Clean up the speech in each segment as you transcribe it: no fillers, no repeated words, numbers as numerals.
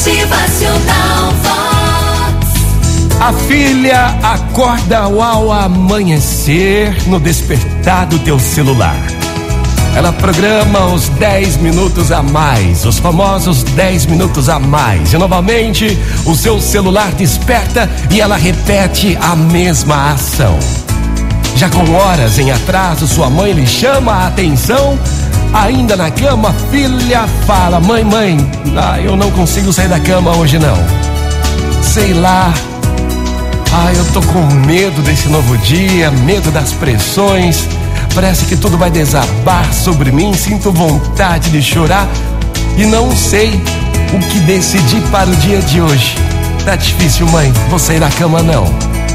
Motivacional Vox. A filha acorda ao amanhecer no despertar do teu celular. Ela programa os 10 minutos a mais, os famosos 10 minutos a mais. E novamente o seu celular desperta e ela repete a mesma ação. Já com horas em atraso, sua mãe lhe chama a atenção. Ainda na cama, a filha fala: mãe, eu não consigo sair da cama hoje não. Sei lá. Eu tô com medo desse novo dia, medo das pressões. Parece que tudo vai desabar sobre mim. Sinto vontade de chorar e não sei o que decidir para o dia de hoje. Tá difícil, mãe, vou sair da cama não.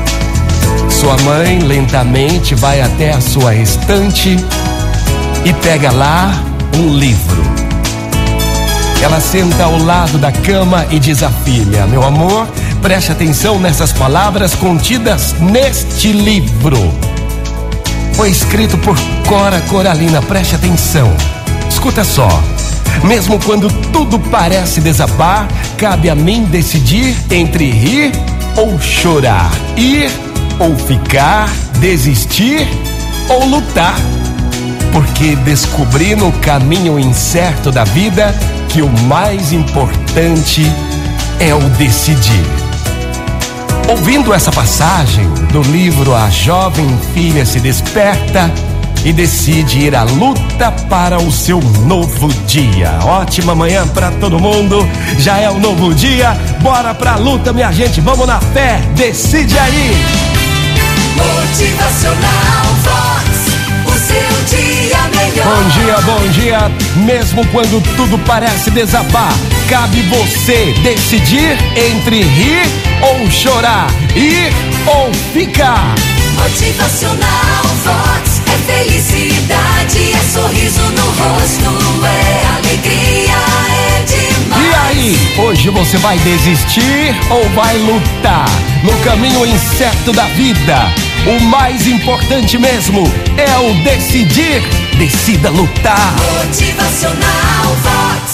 Sua mãe lentamente vai até a sua estante e pega lá um livro. Ela senta ao lado da cama e diz à filha: meu amor, preste atenção nessas palavras contidas neste livro. Foi escrito por Cora Coralina, preste atenção. Escuta só. Mesmo quando tudo parece desabar, cabe a mim decidir entre rir ou chorar, ir ou ficar, desistir ou lutar. Porque descobri no caminho incerto da vida que o mais importante é o decidir. Ouvindo essa passagem do livro, a jovem filha se desperta e decide ir à luta para o seu novo dia. Ótima manhã para todo mundo, já é um novo dia, bora pra luta, minha gente, vamos na fé, decide aí. Motivacional Vox, o seu dia melhor. Bom dia, mesmo quando tudo parece desabar, cabe você decidir entre rir ou chorar, ir ou ficar. Motivacional Vox, é felicidade, é sorriso no rosto, é alegria, é demais. E aí, hoje você vai desistir ou vai lutar? No caminho incerto da vida, o mais importante mesmo é o decidir. Decida lutar. Motivacional Vox.